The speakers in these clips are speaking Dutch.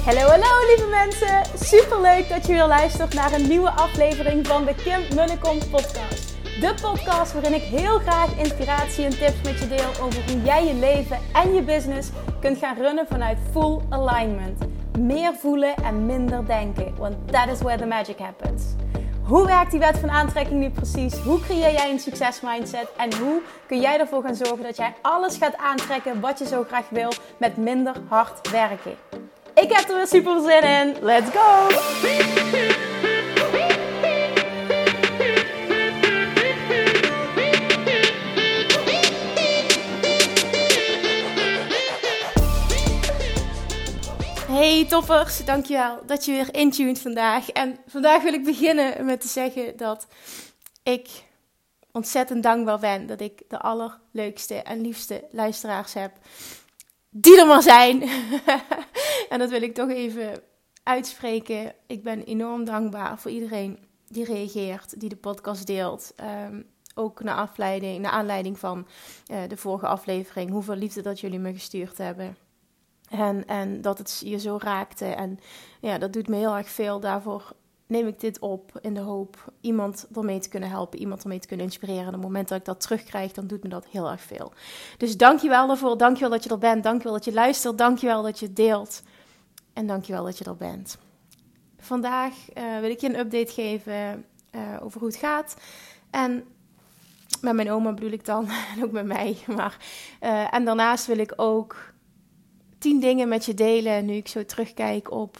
Hallo, hallo lieve mensen! Superleuk dat je weer luistert naar een nieuwe aflevering van de Kim Munnekom podcast. De podcast waarin ik heel graag inspiratie en tips met je deel over hoe jij je leven en je business kunt gaan runnen vanuit full alignment. Meer voelen en minder denken, want that is where the magic happens. Hoe werkt die wet van aantrekking nu precies? Hoe creëer jij een succesmindset? En hoe kun jij ervoor gaan zorgen dat jij alles gaat aantrekken wat je zo graag wil met minder hard werken? Ik heb er weer super zin in. Let's go! Hey toppers, dankjewel dat je weer intuned vandaag. En vandaag wil ik beginnen met te zeggen dat ik ontzettend dankbaar ben dat ik de allerleukste en liefste luisteraars heb die er maar zijn. En dat wil ik toch even uitspreken. Ik ben enorm dankbaar voor iedereen die reageert, die de podcast deelt. Ook naar aanleiding van de vorige aflevering. Hoeveel liefde dat jullie me gestuurd hebben. En dat het je zo raakte. En ja, dat doet me heel erg veel. Daarvoor neem ik dit op in de hoop iemand ermee te kunnen helpen. Iemand ermee te kunnen inspireren. En op het moment dat ik dat terugkrijg, dan doet me dat heel erg veel. Dus dankjewel daarvoor. Dankjewel dat je er bent. Dankjewel dat je luistert. Dankjewel dat je deelt. En dankjewel dat je er bent. Vandaag wil ik je een update geven over hoe het gaat. En met mijn oma bedoel ik dan. En ook met mij. En daarnaast wil ik ook 10 dingen met je delen, nu ik zo terugkijk op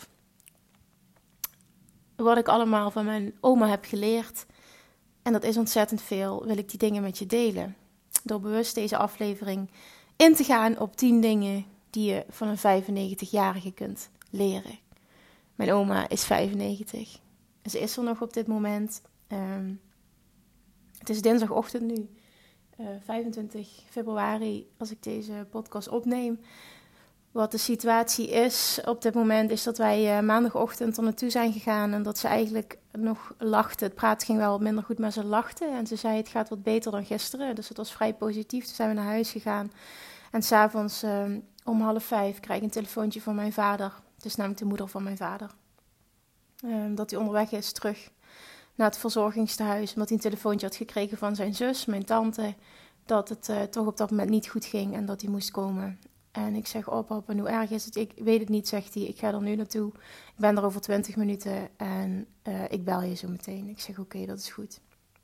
wat ik allemaal van mijn oma heb geleerd. En dat is ontzettend veel, wil ik die dingen met je delen. Door bewust deze aflevering in te gaan op 10 dingen die je van een 95-jarige kunt leren. Mijn oma is 95. Ze is er nog op dit moment. Het is dinsdagochtend nu, 25 februari, als ik deze podcast opneem. Wat de situatie is op dit moment is dat wij maandagochtend er naartoe zijn gegaan en dat ze eigenlijk nog lachte. Het praat ging wel wat minder goed, maar ze lachte. En ze zei het gaat wat beter dan gisteren, dus het was vrij positief. Toen zijn we naar huis gegaan en 's avonds om 4:30 krijg ik een telefoontje van mijn vader. Het is namelijk de moeder van mijn vader. Dat hij onderweg is terug naar het verzorgingstehuis, omdat hij een telefoontje had gekregen van zijn zus, mijn tante, dat het toch op dat moment niet goed ging en dat hij moest komen. En ik zeg, oh papa, hoe erg is het? Ik weet het niet, zegt hij. Ik ga er nu naartoe. Ik ben er over 20 minuten en ik bel je zo meteen. Ik zeg, oké, dat is goed.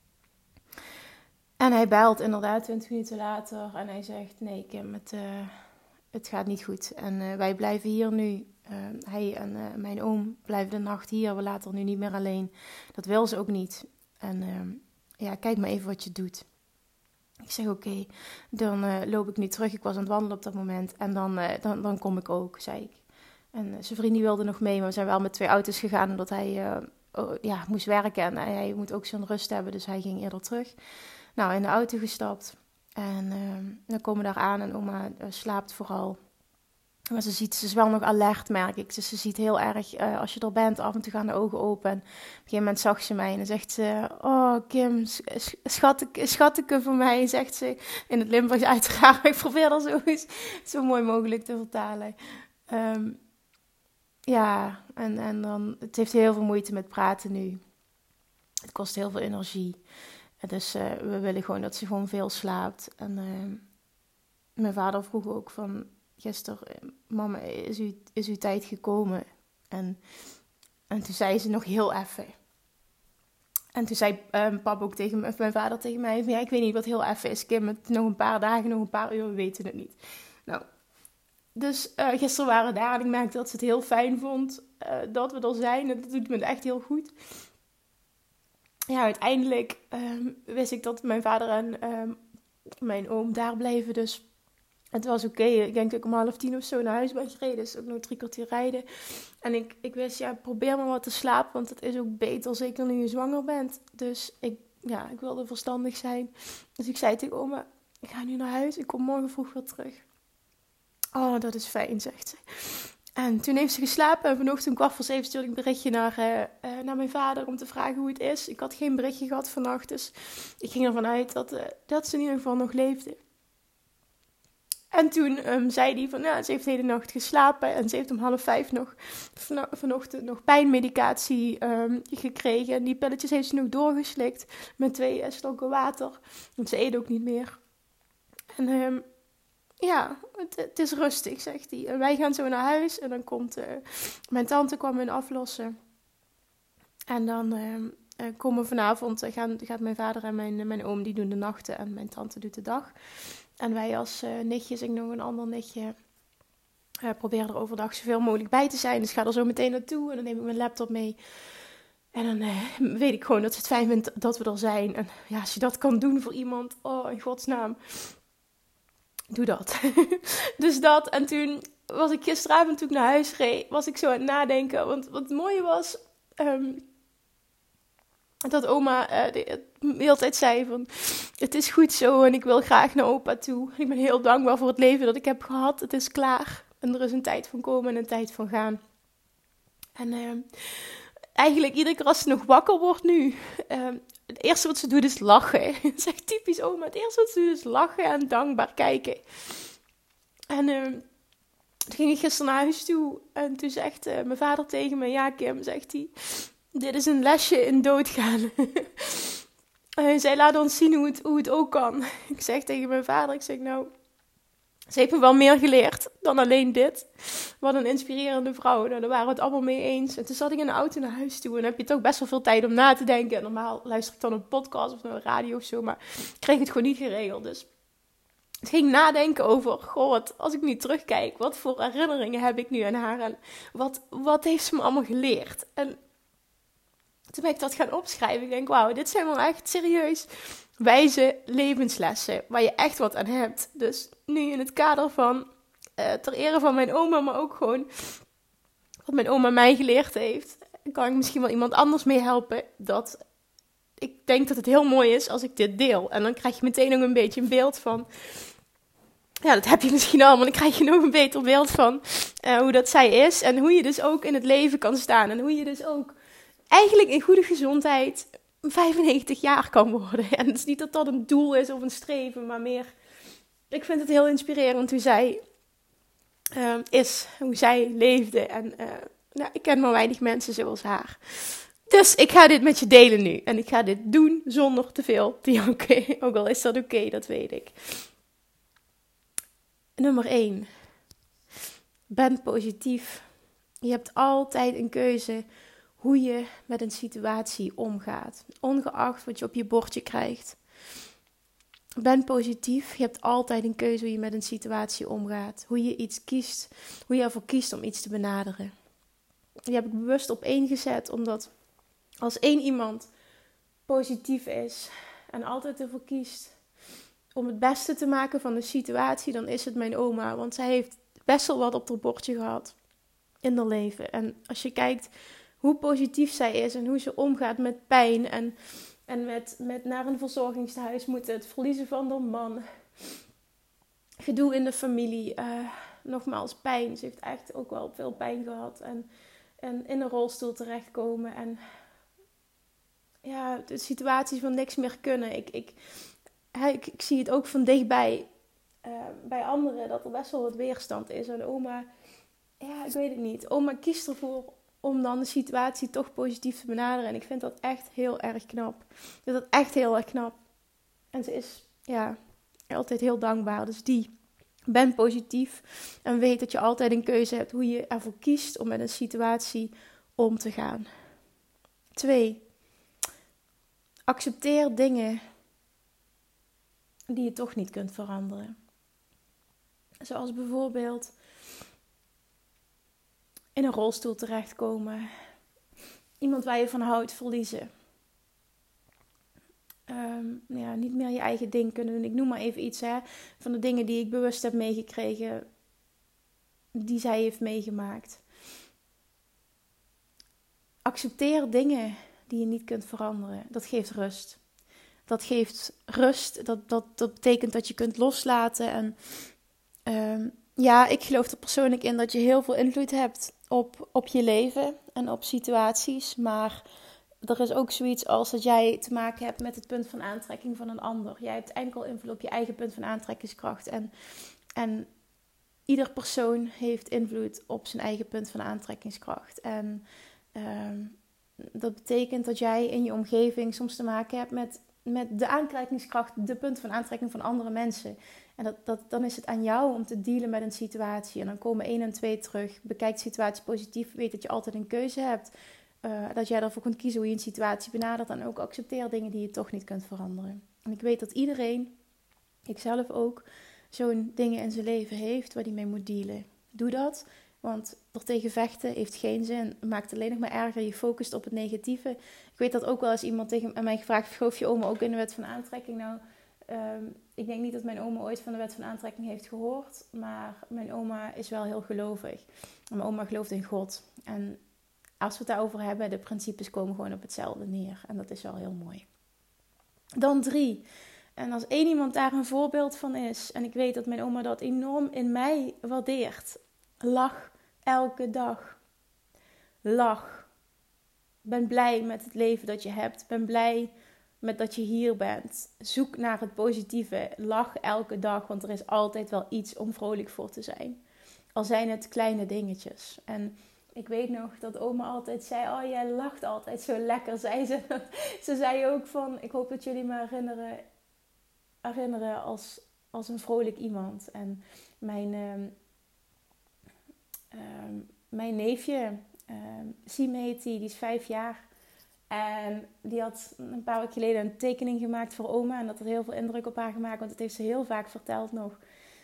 En hij belt inderdaad 20 minuten later en hij zegt, nee Kim, het gaat niet goed. En wij blijven hier nu. Hij en mijn oom blijven de nacht hier. We laten haar nu niet meer alleen. Dat wil ze ook niet. En kijk maar even wat je doet. Ik zeg oké, dan loop ik nu terug. Ik was aan het wandelen op dat moment. En dan kom ik ook, zei ik. En zijn vriend die wilde nog mee. Maar we zijn wel met 2 auto's gegaan. Omdat hij moest werken. En hij moet ook zijn rust hebben. Dus hij ging eerder terug. Nou, in de auto gestapt. En dan komen we daar aan. En oma slaapt vooral. Maar ze is wel nog alert, merk ik. Dus ze ziet heel erg, als je er bent, af en toe gaan de ogen open. En op een gegeven moment zag ze mij en dan zegt ze, oh Kim, schatteke voor mij, zegt ze in het Limburgs uiteraard. Ik probeer dat zo mooi mogelijk te vertalen. En dan, het heeft heel veel moeite met praten nu. Het kost heel veel energie. Dus we willen gewoon dat ze gewoon veel slaapt. En mijn vader vroeg ook van, gisteren, mama, is uw tijd gekomen? En toen zei ze nog heel even. En toen zei pap ook mijn vader tegen mij, van, ja, ik weet niet wat heel even is, Kim, het nog een paar dagen, nog een paar uur, we weten het niet. Nou, dus gisteren waren we daar en ik merkte dat ze het heel fijn vond dat we er zijn. En dat doet me echt heel goed. Ja, uiteindelijk wist ik dat mijn vader en mijn oom daar bleven, dus het was oké. Ik denk dat ik om 9:30 of zo naar huis ben gereden. Dus ook nog 3 kwartier rijden. En ik wist, probeer maar wat te slapen. Want het is ook beter, zeker nu je zwanger bent. Dus ik wilde verstandig zijn. Dus ik zei tegen oma, ik ga nu naar huis. Ik kom morgen vroeg weer terug. Oh, dat is fijn, zegt ze. En toen heeft ze geslapen. En vanochtend om 6:15 stuurde ik een berichtje naar mijn vader om te vragen hoe het is. Ik had geen berichtje gehad vannacht. Dus ik ging ervan uit dat ze in ieder geval nog leefde. En toen zei hij van, ja, ze heeft de hele nacht geslapen. En ze heeft om 4:30 vanochtend nog pijnmedicatie gekregen. En die pilletjes heeft ze nog doorgeslikt met 2 slokken water. Want ze eet ook niet meer. En ja, het is rustig, zegt hij. En wij gaan zo naar huis. En dan komt mijn tante kwam hen aflossen. En dan komen vanavond, gaat mijn vader en mijn oom, die doen de nachten. En mijn tante doet de dag. En wij als nichtjes, ik nog een ander nichtje, proberen er overdag zoveel mogelijk bij te zijn. Dus ik ga er zo meteen naartoe en dan neem ik mijn laptop mee. En dan weet ik gewoon dat ze het fijn vindt dat we er zijn. En ja, als je dat kan doen voor iemand, oh in godsnaam, doe dat. Dus dat. En toen was ik gisteravond, toen ik naar huis reed, was ik zo aan het nadenken. Want wat het mooie was, dat oma de hele tijd zei van, het is goed zo en ik wil graag naar opa toe. Ik ben heel dankbaar voor het leven dat ik heb gehad. Het is klaar. En er is een tijd van komen en een tijd van gaan. En eigenlijk iedere keer als ze nog wakker wordt nu, het eerste wat ze doet is lachen. Dat is echt typisch oma. Het eerste wat ze doet is lachen en dankbaar kijken. En toen ging ik gisteren naar huis toe en toen zegt mijn vader tegen me, ja Kim, zegt hij, dit is een lesje in doodgaan. Zij laat ons zien hoe het ook kan. Ik zeg tegen mijn vader, ik zeg nou, ze heeft me wel meer geleerd dan alleen dit. Wat een inspirerende vrouw. Nou, daar waren we het allemaal mee eens. En toen zat ik in de auto naar huis toe. En dan heb je toch best wel veel tijd om na te denken. En normaal luister ik dan een podcast of een radio of zo. Maar ik kreeg het gewoon niet geregeld. Dus het ging nadenken over, goh, als ik nu terugkijk. Wat voor herinneringen heb ik nu aan haar? En wat heeft ze me allemaal geleerd? En toen ben ik dat gaan opschrijven. Ik denk, wauw, dit zijn wel echt serieus wijze levenslessen waar je echt wat aan hebt. Dus nu in het kader van ter ere van mijn oma, maar ook gewoon wat mijn oma mij geleerd heeft, kan ik misschien wel iemand anders mee helpen. Dat ik denk dat het heel mooi is als ik dit deel. En dan krijg je meteen nog een beetje een beeld van, ja, dat heb je misschien al, maar dan krijg je nog een beter beeld van hoe dat zij is. En hoe je dus ook in het leven kan staan. En hoe je dus ook eigenlijk in goede gezondheid 95 jaar kan worden. En het is niet dat dat een doel is of een streven, maar meer, ik vind het heel inspirerend hoe zij is, hoe zij leefde. En nou, ik ken maar weinig mensen zoals haar. Dus ik ga dit met je delen nu. En ik ga dit doen zonder te veel te janken. Ook al is dat oké, dat weet ik. Nummer 1. Ben positief. Je hebt altijd een keuze hoe je met een situatie omgaat. Ongeacht wat je op je bordje krijgt. Ben positief. Je hebt altijd een keuze hoe je met een situatie omgaat. Hoe je iets kiest. Hoe je ervoor kiest om iets te benaderen. Die heb ik bewust op 1 gezet. Omdat als 1 iemand positief is. En altijd ervoor kiest om het beste te maken van de situatie. Dan is het mijn oma. Want zij heeft best wel wat op haar bordje gehad. In haar leven. En als je kijkt hoe positief zij is. En hoe ze omgaat met pijn. En met naar een verzorgingstehuis moeten. Het verliezen van haar man. Gedoe in de familie. Nogmaals, pijn. Ze heeft echt ook wel veel pijn gehad. En in een rolstoel terechtkomen. En ja, de situaties van niks meer kunnen. Ik zie het ook van dichtbij. Bij anderen. Dat er best wel wat weerstand is. En oma, ja, ik weet het niet. Oma kiest ervoor om dan de situatie toch positief te benaderen. En ik vind dat echt heel erg knap. Ik vind dat echt heel erg knap. En ze is, ja, altijd heel dankbaar. Dus ben positief. En weet dat je altijd een keuze hebt hoe je ervoor kiest om met een situatie om te gaan. 2. Accepteer dingen die je toch niet kunt veranderen. Zoals bijvoorbeeld in een rolstoel terechtkomen. Iemand waar je van houdt verliezen. Niet meer je eigen ding kunnen doen. Ik noem maar even iets van de dingen die ik bewust heb meegekregen. Die zij heeft meegemaakt. Accepteer dingen die je niet kunt veranderen. Dat geeft rust. Dat geeft rust. Dat betekent dat je kunt loslaten. En ik geloof er persoonlijk in dat je heel veel invloed hebt op je leven en op situaties. Maar er is ook zoiets als dat jij te maken hebt met het punt van aantrekking van een ander. Jij hebt enkel invloed op je eigen punt van aantrekkingskracht. En En ieder persoon heeft invloed op zijn eigen punt van aantrekkingskracht. En dat betekent dat jij in je omgeving soms te maken hebt met de aantrekkingskracht, de punt van aantrekking van andere mensen. En dan is het aan jou om te dealen met een situatie. En dan komen 1 en 2 terug. Bekijk de situatie positief. Weet dat je altijd een keuze hebt. Dat jij ervoor kunt kiezen hoe je een situatie benadert. En ook accepteer dingen die je toch niet kunt veranderen. En ik weet dat iedereen, ikzelf ook, zo'n dingen in zijn leven heeft waar hij mee moet dealen. Doe dat. Want er tegen vechten heeft geen zin. Het maakt alleen nog maar erger. Je focust op het negatieve. Ik weet dat ook wel eens iemand tegen mij gevraagd: geloof je oma ook in de wet van aantrekking? Nou, ik denk niet dat mijn oma ooit van de wet van aantrekking heeft gehoord. Maar mijn oma is wel heel gelovig. En mijn oma gelooft in God. En als we het daarover hebben, de principes komen gewoon op hetzelfde neer. En dat is wel heel mooi. Dan 3. En als één iemand daar een voorbeeld van is. En ik weet dat mijn oma dat enorm in mij waardeert. Lach elke dag. Lach. Ben blij met het leven dat je hebt. Ben blij met dat je hier bent. Zoek naar het positieve. Lach elke dag, want er is altijd wel iets om vrolijk voor te zijn. Al zijn het kleine dingetjes. En ik weet nog dat oma altijd zei: oh, jij lacht altijd zo lekker, zei ze. Ze zei ook van: ik hoop dat jullie me herinneren als een vrolijk iemand. En mijn neefje, Siem heet die is 5 jaar. En die had een paar weken geleden een tekening gemaakt voor oma. En dat had heel veel indruk op haar gemaakt, want dat heeft ze heel vaak verteld nog.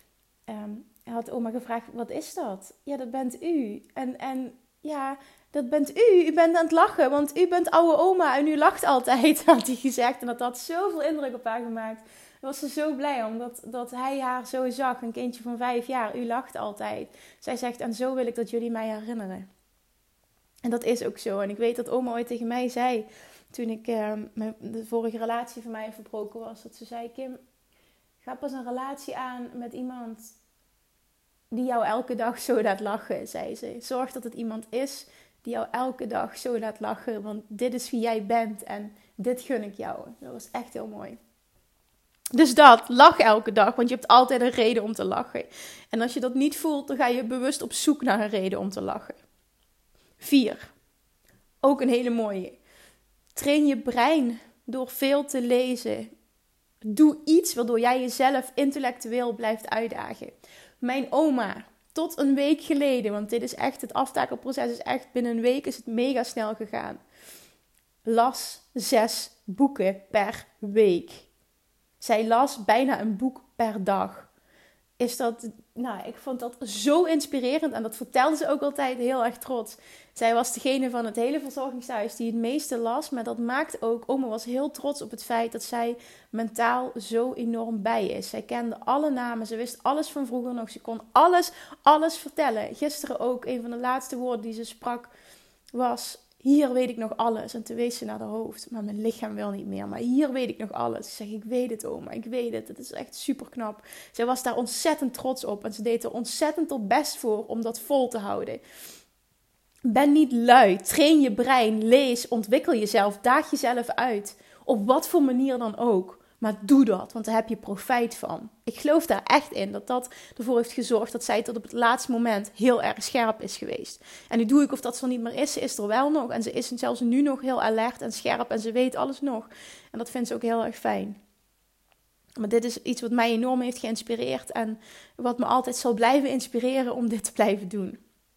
Had oma gevraagd: wat is dat? Ja, dat bent u. En ja, dat bent u. U bent aan het lachen, want u bent oude oma en u lacht altijd, had hij gezegd. En dat had zoveel indruk op haar gemaakt. Daar was ze zo blij om, dat hij haar zo zag. Een kindje van 5 jaar, u lacht altijd. Zij zegt: en zo wil ik dat jullie mij herinneren. En dat is ook zo. En ik weet dat oma ooit tegen mij zei, toen ik de vorige relatie van mij verbroken was, dat ze zei: Kim, ga pas een relatie aan met iemand die jou elke dag zo laat lachen, zei ze. Zorg dat het iemand is die jou elke dag zo laat lachen, want dit is wie jij bent en dit gun ik jou. Dat was echt heel mooi. Dus lach elke dag, want je hebt altijd een reden om te lachen. En als je dat niet voelt, dan ga je bewust op zoek naar een reden om te lachen. 4. Ook een hele mooie. Train je brein door veel te lezen. Doe iets waardoor jij jezelf intellectueel blijft uitdagen. Mijn oma, tot een week geleden, want dit is echt, het aftakelproces is echt, binnen een week is het mega snel gegaan. Las 6 boeken per week. Zij las bijna een boek per dag. Ik vond dat zo inspirerend en dat vertelde ze ook altijd heel erg trots. Zij was degene van het hele verzorgingshuis die het meeste las, maar dat maakt ook, oma was heel trots op het feit dat zij mentaal zo enorm bij is. Zij kende alle namen, ze wist alles van vroeger nog, ze kon alles vertellen. Gisteren ook, een van de laatste woorden die ze sprak was: hier weet ik nog alles. En toen wees ze naar haar hoofd. Maar mijn lichaam wil niet meer. Maar hier weet ik nog alles. Ik zeg: ik weet het, oma. Ik weet het. Het is echt super knap. Zij was daar ontzettend trots op. En ze deed er ontzettend haar best voor om dat vol te houden. Ben niet lui. Train je brein. Lees. Ontwikkel jezelf. Daag jezelf uit. Op wat voor manier dan ook. Maar doe dat, want daar heb je profijt van. Ik geloof daar echt in dat ervoor heeft gezorgd dat zij tot op het laatste moment heel erg scherp is geweest. En nu doe ik of dat ze er niet meer is. Ze is er wel nog. En ze is zelfs nu nog heel alert en scherp. En ze weet alles nog. En dat vindt ze ook heel erg fijn. Maar dit is iets wat mij enorm heeft geïnspireerd. En wat me altijd zal blijven inspireren om dit te blijven doen.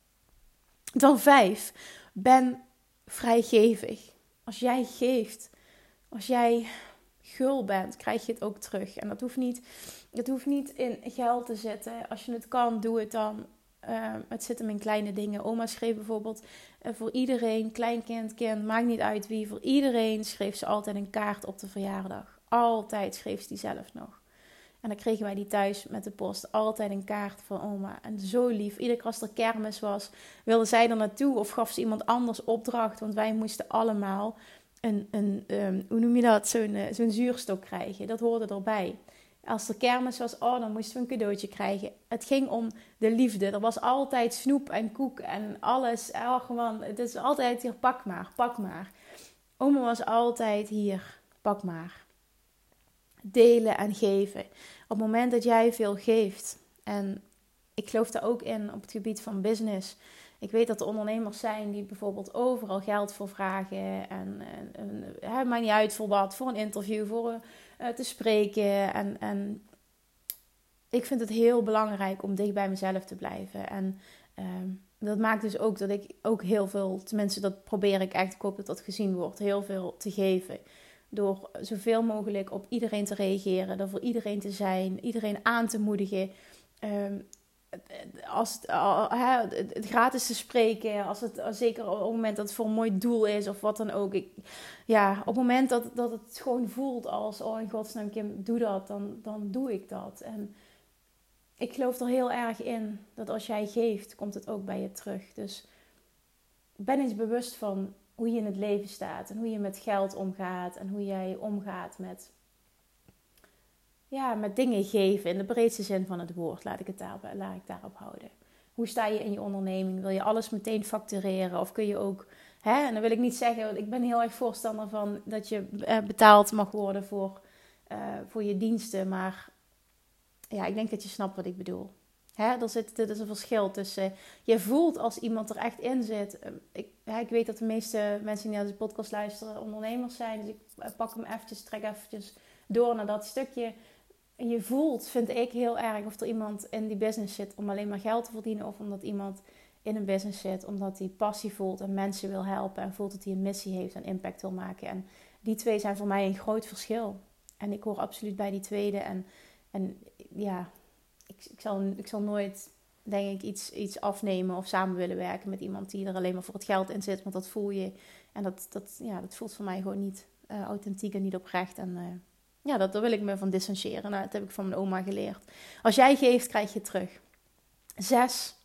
Dan 5. Ben vrijgevig. Als jij geeft, als jij gul bent, krijg je het ook terug. En het hoeft niet in geld te zitten. Als je het kan, doe het dan. Het zit hem in kleine dingen. Oma schreef bijvoorbeeld voor iedereen, kleinkind, kind, maakt niet uit wie. Voor iedereen schreef ze altijd een kaart op de verjaardag. Altijd schreef ze die zelf nog. En dan kregen wij die thuis met de post. Altijd een kaart van oma. En zo lief. Iedere keer als er kermis was, wilde zij er naartoe of gaf ze iemand anders opdracht. Want wij moesten allemaal hoe noem je dat? Zo'n zuurstok krijgen. Dat hoorde erbij. Als er kermis was, dan moesten we een cadeautje krijgen. Het ging om de liefde. Er was altijd snoep en koek en alles. Gewoon, het is altijd hier, pak maar. Oma was altijd hier, pak maar. Delen en geven. Op het moment dat jij veel geeft En ik geloof daar ook in op het gebied van business. Ik weet dat er ondernemers zijn die bijvoorbeeld overal geld voor vragen. En het maakt niet uit voor wat, voor een interview, voor te spreken. En ik vind het heel belangrijk om dicht bij mezelf te blijven. En dat maakt dus ook dat ik ook heel veel, tenminste dat probeer ik echt, ik hoop dat dat gezien wordt, heel veel te geven. Door zoveel mogelijk op iedereen te reageren, er voor iedereen te zijn, iedereen aan te moedigen. Het gratis te spreken, zeker op het moment dat het voor een mooi doel is of wat dan ook. Op het moment dat het gewoon voelt als, oh in godsnaam Kim, doe dat, dan doe ik dat. En ik geloof er heel erg in dat als jij geeft, komt het ook bij je terug. Dus ben eens bewust van hoe je in het leven staat en hoe je met geld omgaat en hoe jij omgaat met dingen geven in de breedste zin van het woord. Laat ik daarop houden. Hoe sta je in je onderneming? Wil je alles meteen factureren? Of kun je ook, en dan wil ik niet zeggen, want ik ben heel erg voorstander van dat je betaald mag worden voor je diensten. Maar ja, ik denk dat je snapt wat ik bedoel. Er is een verschil tussen, je voelt als iemand er echt in zit. Ik weet dat de meeste mensen die naar deze podcast luisteren ondernemers zijn. Dus ik pak hem trek eventjes door naar dat stukje. Je voelt, vind ik heel erg, of er iemand in die business zit om alleen maar geld te verdienen. Of omdat iemand in een business zit omdat hij passie voelt en mensen wil helpen. En voelt dat hij een missie heeft en impact wil maken. En die twee zijn voor mij een groot verschil. En ik hoor absoluut bij die tweede. En ja, ik zal nooit, denk ik, iets afnemen of samen willen werken met iemand die er alleen maar voor het geld in zit. Want dat voel je. En dat voelt voor mij gewoon niet authentiek en niet oprecht. En daar wil ik me van distancieren. Nou, dat heb ik van mijn oma geleerd. Als jij geeft, krijg je terug. 6.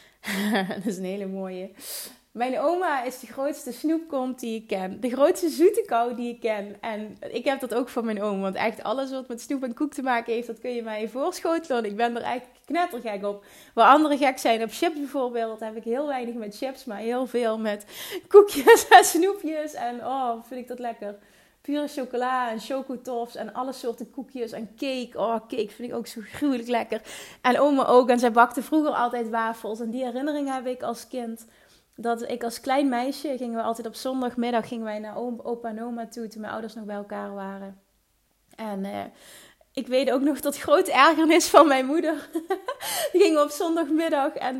Dat is een hele mooie. Mijn oma is de grootste snoepkont die ik ken. De grootste zoete kou die ik ken. En ik heb dat ook van mijn oom. Want echt alles wat met snoep en koek te maken heeft, dat kun je mij voorschotelen. Ik ben er echt knettergek op. Waar anderen gek zijn op chips bijvoorbeeld, heb ik heel weinig met chips. Maar heel veel met koekjes en snoepjes. En vind ik dat lekker. Pure chocola en chocotofs en alle soorten koekjes en cake. Oh, cake vind ik ook zo gruwelijk lekker. En oma ook. En zij bakte vroeger altijd wafels. En die herinnering heb ik als kind. Dat ik als klein meisje, gingen we altijd op zondagmiddag naar opa en oma toe. Toen mijn ouders nog bij elkaar waren. En ik weet ook nog dat grote ergernis van mijn moeder. Die gingen op zondagmiddag en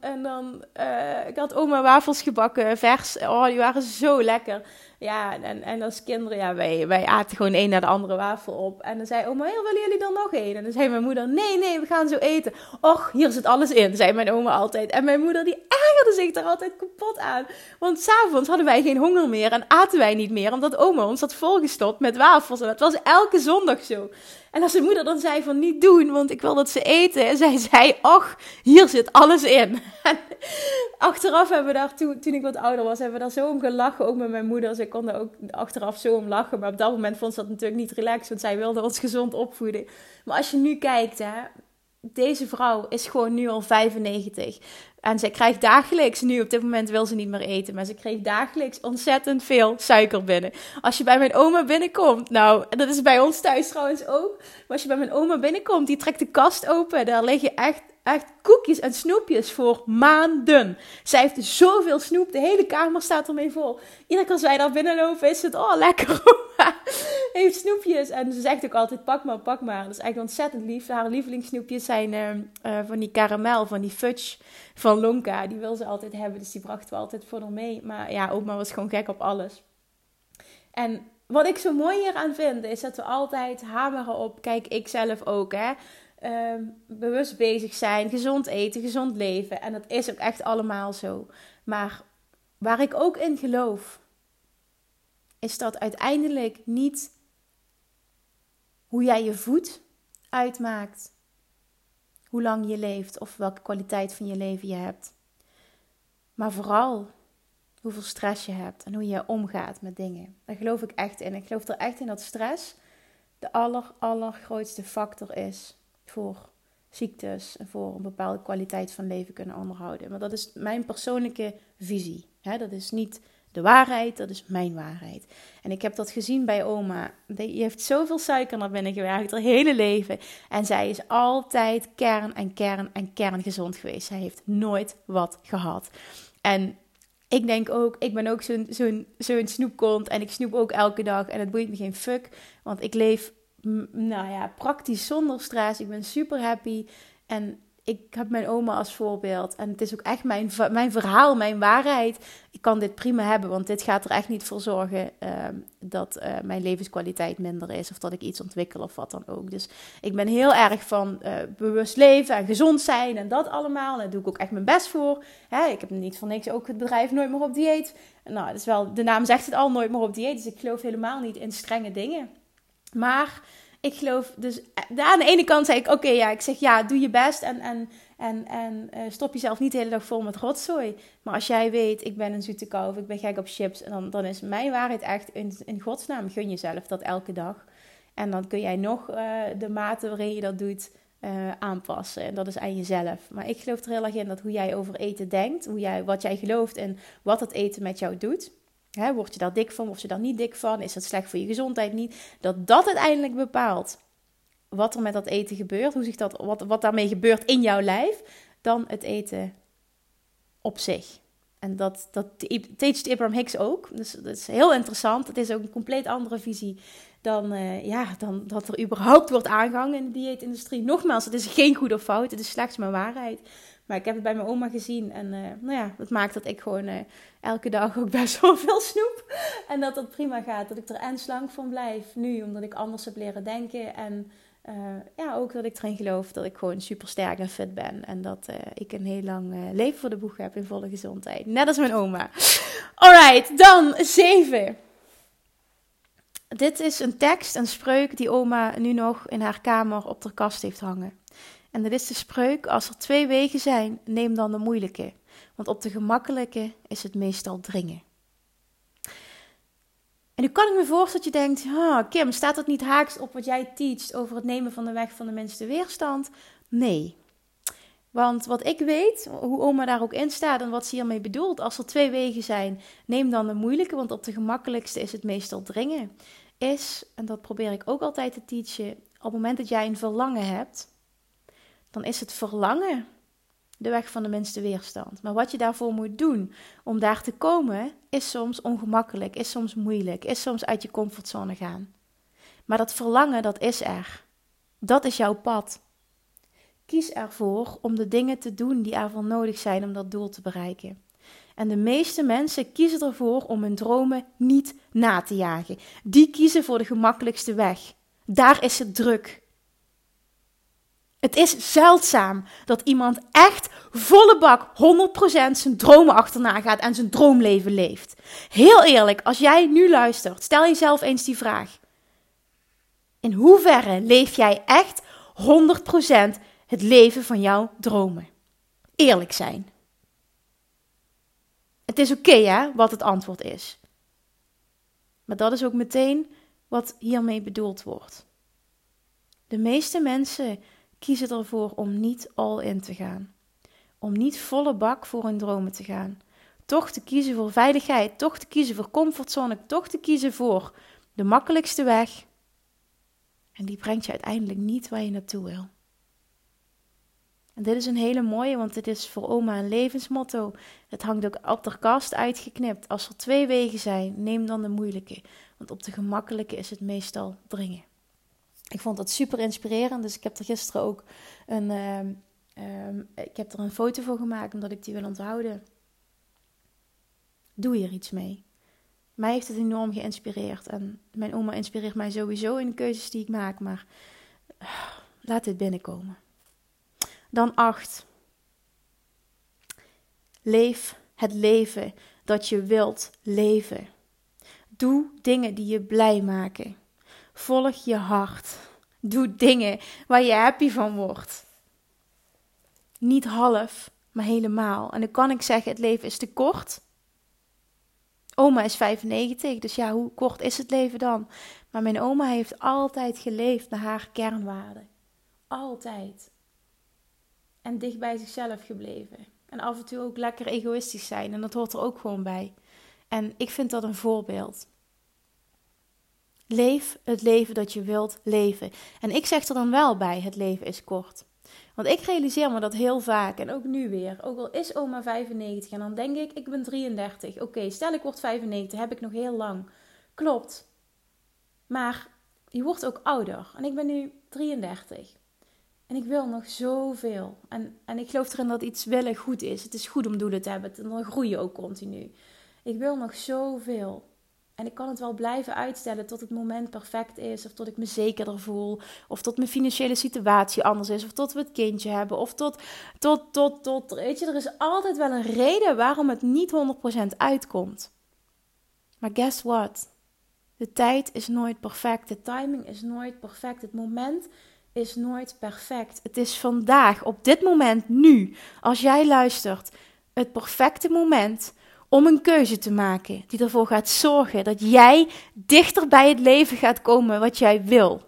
dan ik had oma wafels gebakken, vers. Oh, die waren zo lekker. Ja, en als kinderen, wij aten gewoon één na de andere wafel op. En dan zei oma, willen jullie er nog één? En dan zei mijn moeder, nee, we gaan zo eten. Och, hier zit alles in, zei mijn oma altijd. En mijn moeder, die ergerde zich er altijd kapot aan. Want 's avonds hadden wij geen honger meer en aten wij niet meer. Omdat oma ons had volgestopt met wafels. En dat was elke zondag zo. En als de moeder dan zei van niet doen, want ik wil dat ze eten. En zij zei, och, hier zit alles in. En achteraf hebben we daar, toen ik wat ouder was, hebben we daar zo om gelachen. Ook met mijn moeder. Zij kon er ook achteraf zo om lachen. Maar op dat moment vond ze dat natuurlijk niet relaxed. Want zij wilde ons gezond opvoeden. Maar als je nu kijkt, deze vrouw is gewoon nu al 95. En zij krijgt dagelijks, nu op dit moment wil ze niet meer eten, maar ze kreeg dagelijks ontzettend veel suiker binnen. Als je bij mijn oma binnenkomt, nou, dat is bij ons thuis trouwens ook. Maar als je bij mijn oma binnenkomt, die trekt de kast open. Daar liggen echt koekjes en snoepjes voor maanden. Zij heeft zoveel snoep, de hele kamer staat ermee vol. Iedere keer als wij daar binnenlopen is het, lekker oma. Heeft snoepjes. En ze zegt ook altijd, pak maar. Dat is echt ontzettend lief. Haar lievelingssnoepjes zijn van die karamel, van die fudge van Lonka. Die wil ze altijd hebben, dus die brachten we altijd voor haar mee. Maar ja, oma was gewoon gek op alles. En wat ik zo mooi hieraan vind, is dat we altijd hameren op, kijk, ik zelf ook, bewust bezig zijn, gezond eten, gezond leven. En dat is ook echt allemaal zo. Maar waar ik ook in geloof, is dat uiteindelijk niet hoe jij je voedt uitmaakt hoe lang je leeft of welke kwaliteit van je leven je hebt. Maar vooral hoeveel stress je hebt en hoe je omgaat met dingen. Daar geloof ik echt in. Ik geloof er echt in dat stress de allergrootste factor is voor ziektes en voor een bepaalde kwaliteit van leven kunnen onderhouden. Maar dat is mijn persoonlijke visie. Dat is niet de waarheid, dat is mijn waarheid. En ik heb dat gezien bij oma. Die heeft zoveel suiker naar binnen gewerkt, haar hele leven. En zij is altijd kerngezond geweest. Zij heeft nooit wat gehad. En ik denk ook, ik ben ook zo'n snoepkont. En ik snoep ook elke dag. En het boeit me geen fuck. Want ik leef, praktisch zonder stress. Ik ben super happy. En ik heb mijn oma als voorbeeld. En het is ook echt mijn verhaal, mijn waarheid. Ik kan dit prima hebben, want dit gaat er echt niet voor zorgen dat mijn levenskwaliteit minder is. Of dat ik iets ontwikkel of wat dan ook. Dus ik ben heel erg van bewust leven en gezond zijn en dat allemaal. En daar doe ik ook echt mijn best voor. Ik heb niet voor niks ook het bedrijf Nooit meer op dieet. Nou, dat is wel, de naam zegt het al, Nooit meer op dieet. Dus ik geloof helemaal niet in strenge dingen. Maar ik geloof, dus aan de ene kant zei ik, ik zeg doe je best en stop jezelf niet de hele dag vol met rotzooi. Maar als jij weet, ik ben een zoete kou of ik ben gek op chips, en dan is mijn waarheid echt, in godsnaam, gun jezelf dat elke dag. En dan kun jij nog de mate waarin je dat doet aanpassen. En dat is aan jezelf. Maar ik geloof er heel erg in dat hoe jij over eten denkt, wat jij gelooft en wat het eten met jou doet. Word je daar dik van, word je daar niet dik van? Is dat slecht voor je gezondheid niet? Dat uiteindelijk bepaalt wat er met dat eten gebeurt. Hoe zich wat daarmee gebeurt in jouw lijf. Dan het eten op zich. En dat teacht Abraham Hicks ook. Dus dat is heel interessant. Het is ook een compleet andere visie dan dat er überhaupt wordt aangehangen in de dieetindustrie. Nogmaals, het is geen goed of fout. Het is slechts mijn waarheid. Maar ik heb het bij mijn oma gezien. En dat maakt dat ik gewoon elke dag ook best wel veel snoep. En dat prima gaat. Dat ik er slank van blijf nu. Omdat ik anders heb leren denken. En ook dat ik erin geloof dat ik gewoon super sterk en fit ben. En dat ik een heel lang leven voor de boeg heb in volle gezondheid. Net als mijn oma. Alright, dan 7. Dit is een tekst, een spreuk die oma nu nog in haar kamer op de kast heeft hangen. En dat is de spreuk: als er 2 wegen zijn, neem dan de moeilijke. Want op de gemakkelijke is het meestal dringen. En nu kan ik me voorstellen dat je denkt, Kim, staat dat niet haaks op wat jij teacht over het nemen van de weg van de minste weerstand? Nee. Want wat ik weet, hoe oma daar ook in staat en wat ze hiermee bedoelt, als er 2 wegen zijn, neem dan de moeilijke, want op de gemakkelijkste is het meestal dringen. En dat probeer ik ook altijd te teachen, op het moment dat jij een verlangen hebt, dan is het verlangen de weg van de minste weerstand. Maar wat je daarvoor moet doen om daar te komen, is soms ongemakkelijk, is soms moeilijk, is soms uit je comfortzone gaan. Maar dat verlangen, dat is er. Dat is jouw pad. Kies ervoor om de dingen te doen die ervoor nodig zijn om dat doel te bereiken. En de meeste mensen kiezen ervoor om hun dromen niet na te jagen. Die kiezen voor de gemakkelijkste weg. Daar is het druk. Het is zeldzaam dat iemand echt volle bak 100% zijn dromen achterna gaat en zijn droomleven leeft. Heel eerlijk, als jij nu luistert, stel jezelf eens die vraag. In hoeverre leef jij echt 100% het leven van jouw dromen? Eerlijk zijn. Het is oké, hè, wat het antwoord is. Maar dat is ook meteen wat hiermee bedoeld wordt. De meeste mensen kiezen ervoor om niet all in te gaan. Om niet volle bak voor hun dromen te gaan. Toch te kiezen voor veiligheid, toch te kiezen voor comfortzone, toch te kiezen voor de makkelijkste weg. En die brengt je uiteindelijk niet waar je naartoe wil. En dit is een hele mooie, want dit is voor oma een levensmotto. Het hangt ook op de kast uitgeknipt. Als er 2 wegen zijn, neem dan de moeilijke. Want op de gemakkelijke is het meestal dringen. Ik vond dat super inspirerend, dus ik heb er gisteren ook ik heb er een foto voor gemaakt, omdat ik die wil onthouden. Doe hier iets mee. Mij heeft het enorm geïnspireerd. En mijn oma inspireert mij sowieso in de keuzes die ik maak, maar laat dit binnenkomen. Dan 8. Leef het leven dat je wilt leven. Doe dingen die je blij maken. Volg je hart. Doe dingen waar je happy van wordt. Niet half, maar helemaal. En dan kan ik zeggen, het leven is te kort. Oma is 95, dus ja, hoe kort is het leven dan? Maar mijn oma heeft altijd geleefd naar haar kernwaarden. Altijd. En dicht bij zichzelf gebleven. En af en toe ook lekker egoïstisch zijn. En dat hoort er ook gewoon bij. En ik vind dat een voorbeeld. Leef het leven dat je wilt leven. En ik zeg er dan wel bij, het leven is kort. Want ik realiseer me dat heel vaak en ook nu weer. Ook al is oma 95 en dan denk ik ben 33. Oké, stel ik word 95, heb ik nog heel lang. Klopt. Maar je wordt ook ouder. En ik ben nu 33. En ik wil nog zoveel. En ik geloof erin dat iets willen goed is. Het is goed om doelen te hebben. En dan groei je ook continu. Ik wil nog zoveel. En ik kan het wel blijven uitstellen tot het moment perfect is. Of tot ik me zekerder voel. Of tot mijn financiële situatie anders is. Of tot we het kindje hebben. Of tot. Weet je, er is altijd wel een reden waarom het niet 100% uitkomt. Maar guess what? De tijd is nooit perfect. De timing is nooit perfect. Het moment is nooit perfect. Het is vandaag, op dit moment, nu, als jij luistert, het perfecte moment om een keuze te maken die ervoor gaat zorgen dat jij dichter bij het leven gaat komen wat jij wil.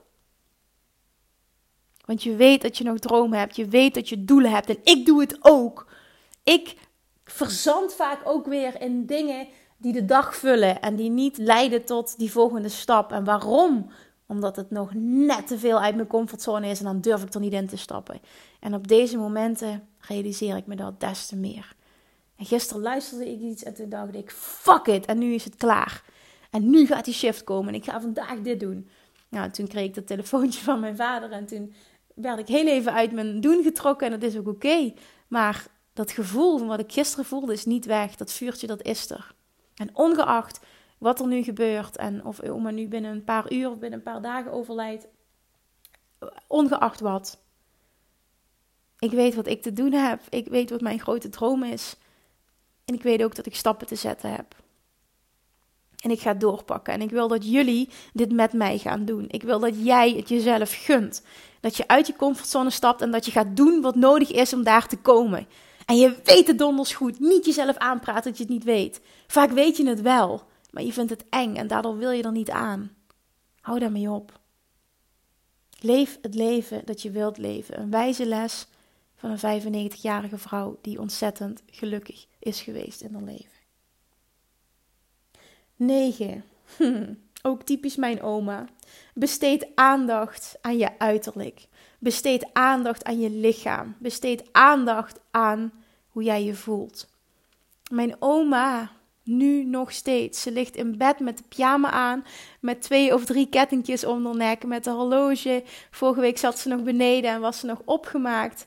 Want je weet dat je nog dromen hebt, je weet dat je doelen hebt en ik doe het ook. Ik verzand vaak ook weer in dingen die de dag vullen en die niet leiden tot die volgende stap. En waarom? Omdat het nog net te veel uit mijn comfortzone is en dan durf ik er niet in te stappen. En op deze momenten realiseer ik me dat des te meer. En gisteren luisterde ik iets en toen dacht ik, fuck it, en nu is het klaar. En nu gaat die shift komen en ik ga vandaag dit doen. Nou, toen kreeg ik dat telefoontje van mijn vader en toen werd ik heel even uit mijn doen getrokken en dat is ook oké. Maar dat gevoel van wat ik gisteren voelde is niet weg. Dat vuurtje, dat is er. En ongeacht wat er nu gebeurt en of oma nu binnen een paar uur of binnen een paar dagen overlijdt. Ongeacht wat. Ik weet wat ik te doen heb. Ik weet wat mijn grote droom is. En ik weet ook dat ik stappen te zetten heb. En ik ga doorpakken. En ik wil dat jullie dit met mij gaan doen. Ik wil dat jij het jezelf gunt. Dat je uit je comfortzone stapt en dat je gaat doen wat nodig is om daar te komen. En je weet het donders goed. Niet jezelf aanpraten dat je het niet weet. Vaak weet je het wel, maar je vindt het eng en daardoor wil je er niet aan. Hou daarmee op. Leef het leven dat je wilt leven. Een wijze les van een 95-jarige vrouw die ontzettend gelukkig is geweest in haar leven. 9. Ook typisch mijn oma. Besteed aandacht aan je uiterlijk. Besteed aandacht aan je lichaam. Besteed aandacht aan hoe jij je voelt. Mijn oma, nu nog steeds. Ze ligt in bed met de pyjama aan. Met 2 of 3 kettingjes om haar nek. Met een horloge. Vorige week zat ze nog beneden en was ze nog opgemaakt.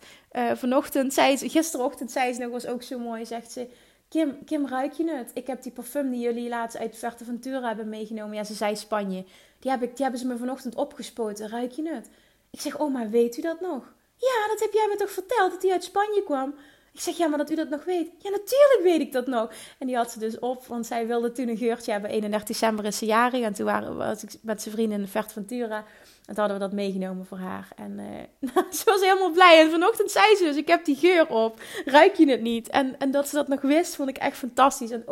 Gisterochtend zei ze nog, was ook zo mooi. Zegt ze, Kim, ruik je het? Ik heb die parfum die jullie laatst uit Fuerteventura hebben meegenomen. Ja, ze zei Spanje. Die hebben ze me vanochtend opgespoten. Ruik je het? Ik zeg, oma, weet u dat nog? Ja, dat heb jij me toch verteld, dat die uit Spanje kwam? Ik zeg, ja, maar dat u dat nog weet. Ja, natuurlijk weet ik dat nog. En die had ze dus op, want zij wilde toen een geurtje hebben. 31 december is ze jarig. En toen was ik met zijn vrienden in de Fuerteventura. En toen hadden we dat meegenomen voor haar. En ze was helemaal blij. En vanochtend zei ze dus, ik heb die geur op. Ruik je het niet? En dat ze dat nog wist, vond ik echt fantastisch. En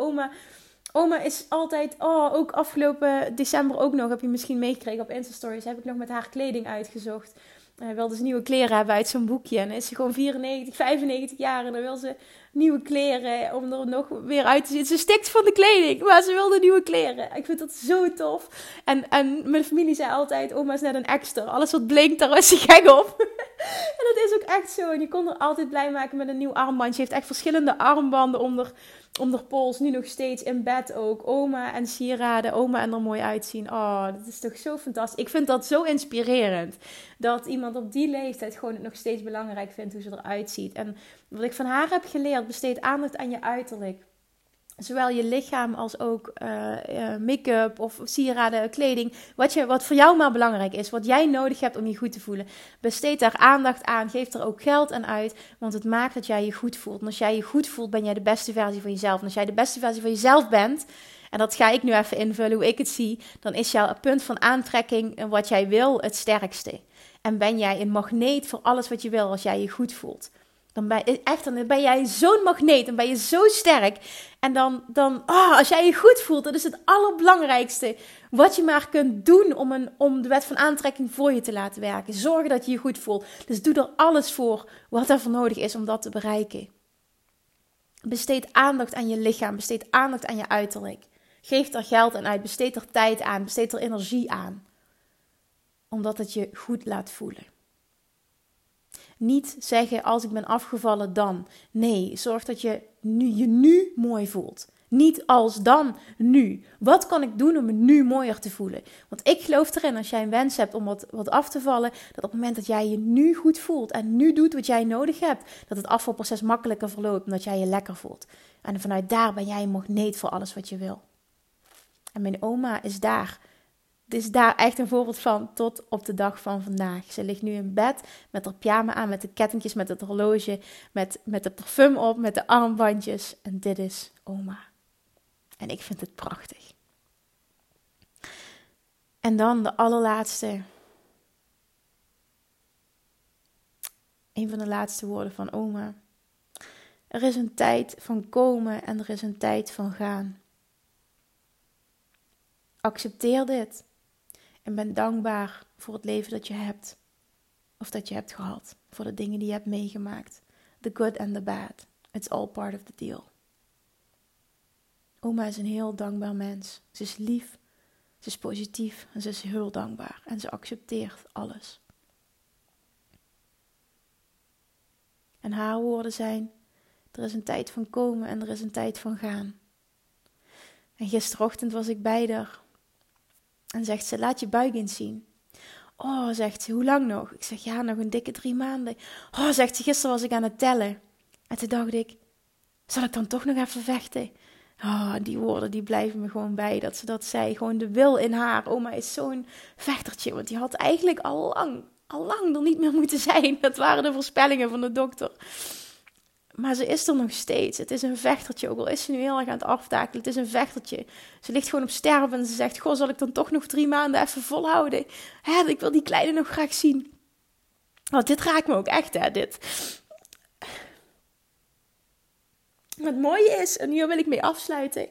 oma is altijd, ook afgelopen december ook nog, heb je misschien meegekregen op Insta-stories, heb ik nog met haar kleding uitgezocht. Wilde ze nieuwe kleren hebben uit zo'n boekje. En dan is ze gewoon 94, 95 jaar. En dan wil ze nieuwe kleren om er nog weer uit te zien. Ze stikt van de kleding, maar ze wilde nieuwe kleren. Ik vind dat zo tof. En mijn familie zei altijd, oma is net een extra. Alles wat blinkt, daar is ze gek op. En dat is ook echt zo. En je kon er altijd blij maken met een nieuw armband. Ze heeft echt verschillende armbanden om de pols. Nu nog steeds in bed ook. Oma en sieraden. Oma en er mooi uitzien. Oh, dat is toch zo fantastisch. Ik vind dat zo inspirerend. Dat iemand op die leeftijd gewoon het nog steeds belangrijk vindt hoe ze eruit ziet. En wat ik van haar heb geleerd, besteed aandacht aan je uiterlijk. Zowel je lichaam als ook make-up of sieraden, kleding. Wat voor jou maar belangrijk is. Wat jij nodig hebt om je goed te voelen. Besteed daar aandacht aan. Geef er ook geld aan uit. Want het maakt dat jij je goed voelt. En als jij je goed voelt, ben jij de beste versie van jezelf. En als jij de beste versie van jezelf bent, en dat ga ik nu even invullen hoe ik het zie, dan is jouw punt van aantrekking en wat jij wil het sterkste. En ben jij een magneet voor alles wat je wil als jij je goed voelt. Dan ben jij zo'n magneet. Dan ben je zo sterk. En dan als jij je goed voelt, dat is het allerbelangrijkste wat je maar kunt doen om de wet van aantrekking voor je te laten werken. Zorg dat je je goed voelt. Dus doe er alles voor wat er voor nodig is om dat te bereiken. Besteed aandacht aan je lichaam. Besteed aandacht aan je uiterlijk. Geef er geld aan uit, besteed er tijd aan, besteed er energie aan. Omdat het je goed laat voelen. Niet zeggen als ik ben afgevallen dan. Nee, zorg dat je nu mooi voelt. Niet als dan, nu. Wat kan ik doen om me nu mooier te voelen? Want ik geloof erin, als jij een wens hebt om wat af te vallen, dat op het moment dat jij je nu goed voelt en nu doet wat jij nodig hebt, dat het afvalproces makkelijker verloopt omdat jij je lekker voelt. En vanuit daar ben jij een magneet voor alles wat je wil. En mijn oma is daar. Het is daar echt een voorbeeld van tot op de dag van vandaag. Ze ligt nu in bed met haar pyjama aan, met de kettingjes, met het horloge, met de parfum op, met de armbandjes. En dit is oma. En ik vind het prachtig. En dan de allerlaatste. Een van de laatste woorden van oma. Er is een tijd van komen en er is een tijd van gaan. Accepteer dit. En ben dankbaar voor het leven dat je hebt. Of dat je hebt gehad. Voor de dingen die je hebt meegemaakt. The good and the bad. It's all part of the deal. Oma is een heel dankbaar mens. Ze is lief. Ze is positief. En ze is heel dankbaar. En ze accepteert alles. En haar woorden zijn: er is een tijd van komen en er is een tijd van gaan. En gisterochtend was ik bij haar. En zegt ze: laat je buik eens zien. Oh, zegt ze, hoe lang nog? Ik zeg: ja, nog een dikke 3 maanden. Oh, zegt ze, gisteren was ik aan het tellen. En toen dacht ik: zal ik dan toch nog even vechten? Oh, die woorden die blijven me gewoon bij. Dat ze dat zei. Gewoon de wil in haar. Oma is zo'n vechtertje. Want die had eigenlijk al lang er niet meer moeten zijn. Dat waren de voorspellingen van de dokter. Maar ze is er nog steeds. Het is een vechtertje. Ook al is ze nu heel erg aan het aftakelen. Het is een vechtertje. Ze ligt gewoon op sterven. En ze zegt: goh, zal ik dan toch nog 3 maanden even volhouden? Ik wil die kleine nog graag zien. Want dit raakt me ook echt, dit. Wat het mooie is, en hier wil ik mee afsluiten.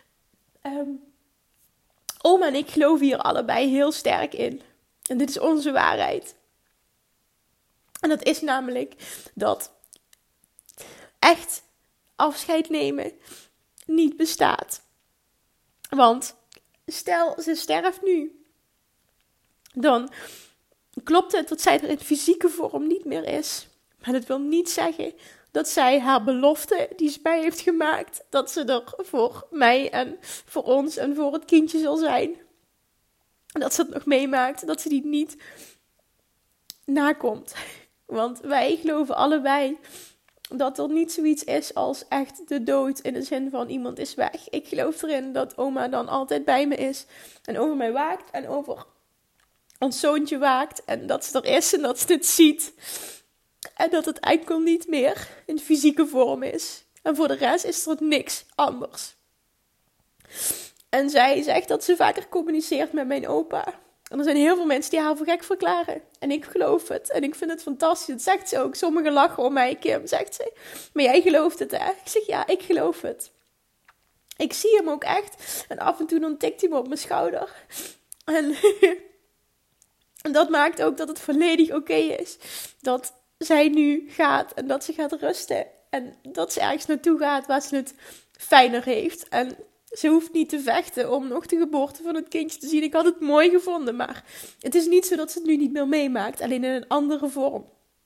Oma en ik geloven hier allebei heel sterk in. En dit is onze waarheid. En dat is namelijk dat echt afscheid nemen niet bestaat. Want stel, ze sterft nu. Dan klopt het dat zij er in fysieke vorm niet meer is. Maar dat wil niet zeggen dat zij haar belofte die ze mij heeft gemaakt, dat ze er voor mij en voor ons en voor het kindje zal zijn. Dat ze het nog meemaakt, dat ze die niet nakomt. Want wij geloven allebei dat er niet zoiets is als echt de dood in de zin van iemand is weg. Ik geloof erin dat oma dan altijd bij me is en over mij waakt en over ons zoontje waakt. En dat ze er is en dat ze dit ziet. En dat het enkel niet meer in fysieke vorm is. En voor de rest is er niks anders. En zij zegt dat ze vaker communiceert met mijn opa. En er zijn heel veel mensen die haar voor gek verklaren. En ik geloof het. En ik vind het fantastisch. Dat zegt ze ook. Sommigen lachen om mij, Kim, zegt ze. Maar jij gelooft het, hè? Ik zeg: ja, ik geloof het. Ik zie hem ook echt. En af en toe dan tikt hij me op mijn schouder. En dat maakt ook dat het volledig oké is. Dat zij nu gaat en dat ze gaat rusten. En dat ze ergens naartoe gaat waar ze het fijner heeft. En ze hoeft niet te vechten om nog de geboorte van het kindje te zien. Ik had het mooi gevonden, maar het is niet zo dat ze het nu niet meer meemaakt. Alleen in een andere vorm.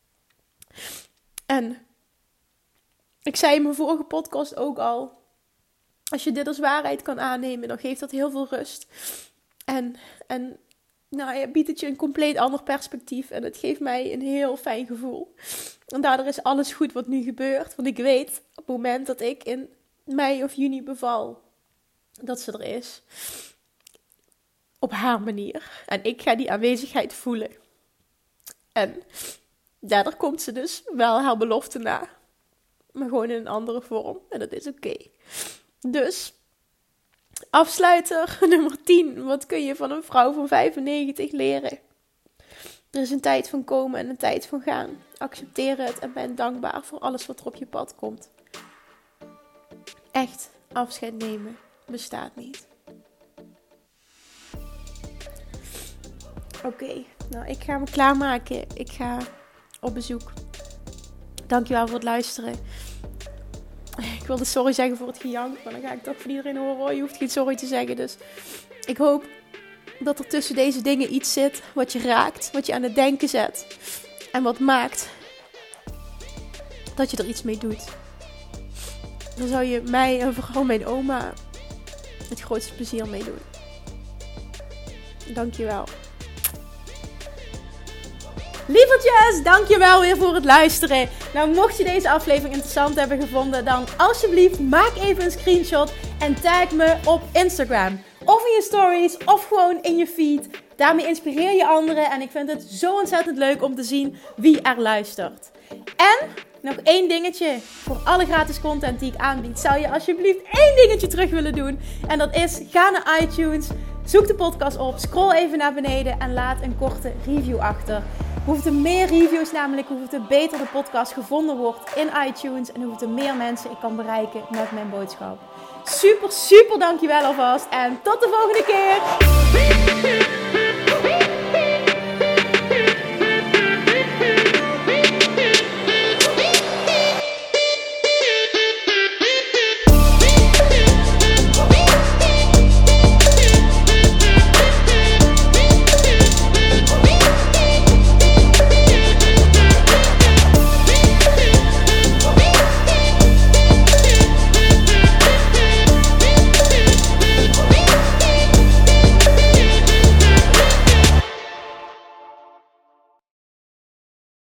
En ik zei in mijn vorige podcast ook al: als je dit als waarheid kan aannemen, dan geeft dat heel veel rust. En biedt het je een compleet ander perspectief. En het geeft mij een heel fijn gevoel. En daardoor is alles goed wat nu gebeurt. Want ik weet, op het moment dat ik in mei of juni beval, dat ze er is. Op haar manier. En ik ga die aanwezigheid voelen. En daardoor komt ze dus wel haar belofte na. Maar gewoon in een andere vorm. En dat is oké. Dus afsluiter nummer 10. Wat kun je van een vrouw van 95 leren? Er is een tijd van komen en een tijd van gaan. Accepteer het en ben dankbaar voor alles wat er op je pad komt. Echt, afscheid nemen bestaat niet. Oké, nou ik ga me klaarmaken. Ik ga op bezoek. Dankjewel voor het luisteren. Ik Ik wilde sorry zeggen voor het gejank, maar dan ga ik toch voor iedereen horen, oh, je hoeft geen sorry te zeggen. Dus ik hoop dat er tussen deze dingen iets zit wat je raakt, wat je aan het denken zet. En wat maakt dat je er iets mee doet. Dan zou je mij en vooral mijn oma het grootste plezier mee doen. Dankjewel. Lievertjes, dankjewel weer voor het luisteren. Nou, mocht je deze aflevering interessant hebben gevonden, dan alsjeblieft maak even een screenshot en tag me op Instagram. Of in je stories, of gewoon in je feed. Daarmee inspireer je anderen en ik vind het zo ontzettend leuk om te zien wie er luistert. En nog 1 dingetje. Voor alle gratis content die ik aanbied, zou je alsjeblieft 1 dingetje terug willen doen. En dat is, ga naar iTunes, zoek de podcast op, scroll even naar beneden en laat een korte review achter. Hoeveel meer reviews namelijk, hoeveel beter de podcast gevonden wordt in iTunes. En hoeveel meer mensen ik kan bereiken met mijn boodschap. Super, super dankjewel alvast. En tot de volgende keer.